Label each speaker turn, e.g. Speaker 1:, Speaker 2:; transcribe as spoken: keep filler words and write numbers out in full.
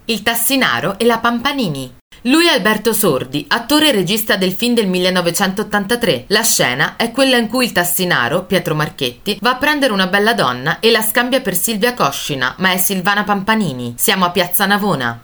Speaker 1: Il Tassinaro e la Pampanini. Lui è Alberto Sordi, attore e regista del film del millenovecentottantatré. La scena è quella in cui il Tassinaro, Pietro Marchetti, va a prendere una bella donna e la scambia per Silvia Coscina, ma è Silvana Pampanini. Siamo a Piazza Navona.